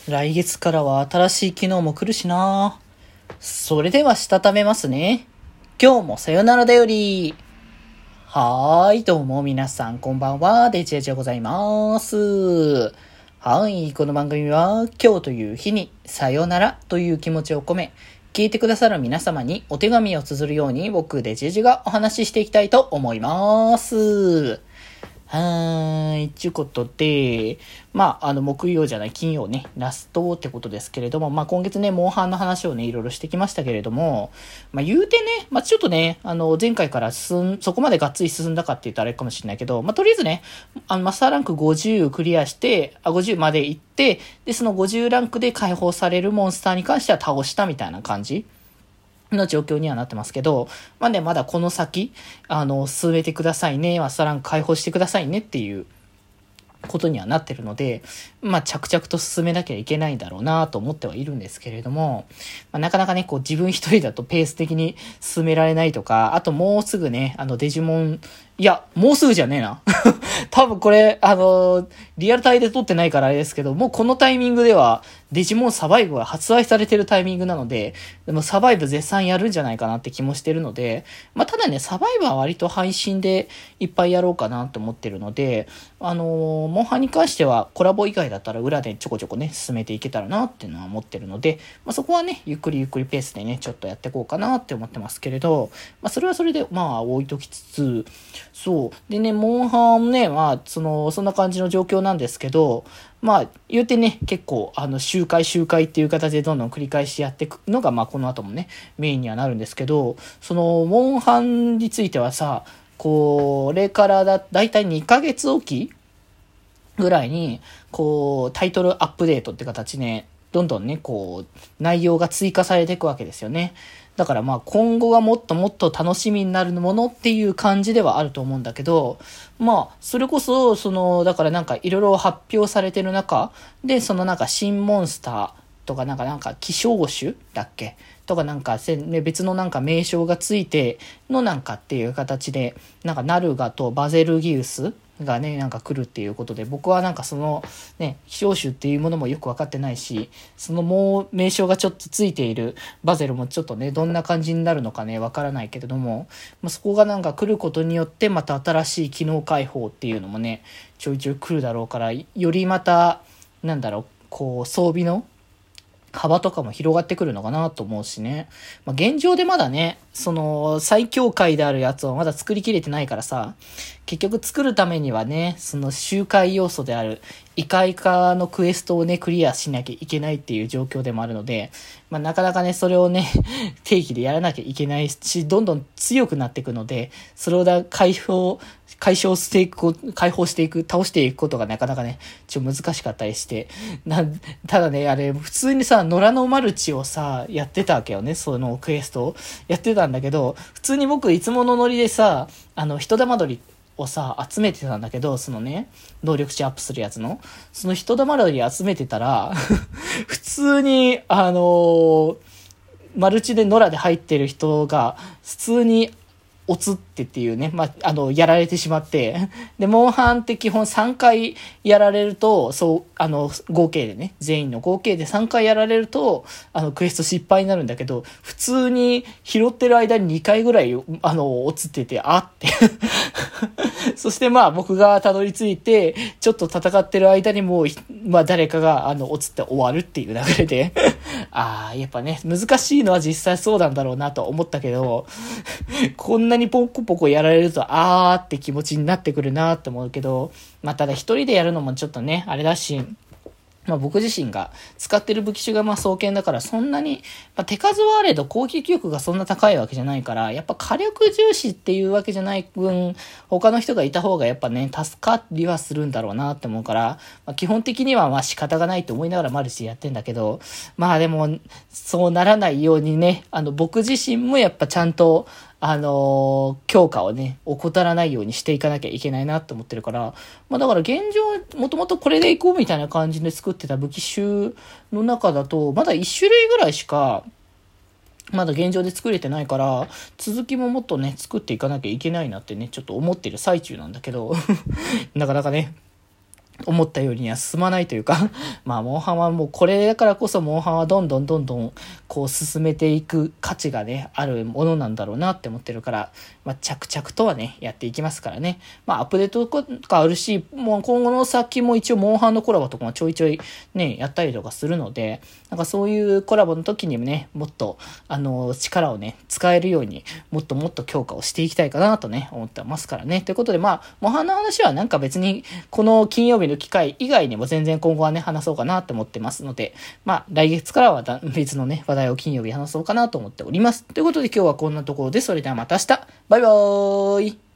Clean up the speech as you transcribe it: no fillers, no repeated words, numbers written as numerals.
来月からは新しい機能も来るしな。それではしたためますね。今日もさよならだより。はーい、どうも皆さんこんばんは、デジェジでございます。はい、この番組は今日という日にさよならという気持ちを込め、聞いてくださる皆様にお手紙を綴るように僕デジェジがお話ししていきたいと思います。ちゅうことで、木曜じゃない、金曜ね、ラストってことですけれども、今月ね、モンハンの話をね、いろいろしてきましたけれども、言うてね、ちょっとね、前回からそこまでがっつり進んだかって言ったらあれかもしれないけど、とりあえずね、マスターランク50クリアして、50まで行って、で、その50ランクで解放されるモンスターに関しては倒したみたいな感じの状況にはなってますけど、まだこの先、進めてくださいね、マスターランク解放してくださいねっていうことにはなってるので、着々と進めなきゃいけないんだろうなと思ってはいるんですけれども、なかなかね、こう自分一人だとペース的に進められないとか、あともうすぐね、デジモン、いや、もうすぐじゃねえな。多分これ、リアルタイで撮ってないからあれですけど、もうこのタイミングでは、デジモンサバイブが発売されてるタイミングなので、でもサバイブ絶賛やるんじゃないかなって気もしてるので、ただね、サバイブは割と配信でいっぱいやろうかなと思ってるので、モンハンに関してはコラボ以外だったら裏でちょこちょこね、進めていけたらなっていうのは思ってるので、そこはね、ゆっくりペースでね、ちょっとやっていこうかなって思ってますけれど、それはそれで、置いときつつ、そう。でね、モンハンね、そんな感じの状況なんですけど、言うてね、結構、周回っていう形でどんどん繰り返しやっていくのが、この後もね、メインにはなるんですけど、その、モンハンについてはさ、これからだいたい2ヶ月おきぐらいに、タイトルアップデートって形ね、どんどんね、内容が追加されていくわけですよね。だから今後がもっともっと楽しみになるものっていう感じではあると思うんだけど、それこそ、だからいろいろ発表されてる中で、新モンスターとか希少種だっけとか別の名称がついてのっていう形で、ナルガとバゼルギウスがね、来るっていうことで、僕はそのね、希少種っていうものもよくわかってないし、そのもう名称がちょっとついているバゼルもちょっとね、どんな感じになるのかね、わからないけれども、そこが来ることによってまた新しい機能開放っていうのもね、ちょいちょい来るだろうから、よりまた、装備の幅とかも広がってくるのかなと思うしね。現状でまだね、最強回であるやつをまだ作りきれてないからさ、結局作るためにはね、その周回要素である異界化のクエストをね、クリアしなきゃいけないっていう状況でもあるので、なかなかね、それをね、定期でやらなきゃいけないし、どんどん強くなっていくので、それを解放していく、倒していくことがなかなかね、難しかったりして、ただね、あれ、普通にさ、野良のマルチをさ、やってたわけよね、そのクエストを。やってたんだけど、普通に僕いつものノリでさ、人玉取りをさ、集めてたんだけど、そのね、能力値アップするやつの。その人玉取り集めてたら、普通に、マルチで野良で入ってる人が、普通に、おつっていうね、やられてしまって、で、モンハンって基本3回やられると、合計でね、全員の合計で3回やられると、クエスト失敗になるんだけど、普通に拾ってる間に2回ぐらい、おつってて、あってそして僕がたどり着いて、ちょっと戦ってる間にもう、誰かが、おつって終わるっていう流れでやっぱね、難しいのは実際そうなんだろうなと思ったけど、こんなにポコポコやられると、って気持ちになってくるなって思うけど、ただ一人でやるのもちょっとね、あれだし、僕自身が使ってる武器種が双剣だからそんなに、手数はあれど攻撃力がそんな高いわけじゃないから、やっぱ火力重視っていうわけじゃない分、他の人がいた方がやっぱね、助かりはするんだろうなって思うから、基本的には仕方がないと思いながらマルチやってんだけど、でも、そうならないようにね、僕自身もやっぱちゃんと、強化をね、怠らないようにしていかなきゃいけないなって思ってるから、だから現状、もともとこれでいこうみたいな感じで作ってた武器種の中だと、まだ1種類ぐらいしか、まだ現状で作れてないから、続きももっとね、作っていかなきゃいけないなってね、ちょっと思ってる最中なんだけど、なかなかね、 思ったよりには進まないというかまあ、モンハンはもうこれだからこそモンハンはどんどんこう進めていく価値がね、あるものなんだろうなって思ってるから、まあ、着々とはね、やっていきますからね。まあ、アップデートとかあるし、もう今後の先も一応モンハンのコラボとかもちょいちょいね、やったりとかするので、なんかそういうコラボの時にもね、もっと、力をね、使えるように、もっともっと強化をしていきたいかなとね、思ってますからね。ということで、まあ、モンハンの話はなんか別に、この金曜日の機会以外にも全然今後はね、話そうかなって思ってますので、まあ、来月からは別のね、話題を金曜日話そうかなと思っております。ということで今日はこんなところで、それではまた明日、バイバーイ。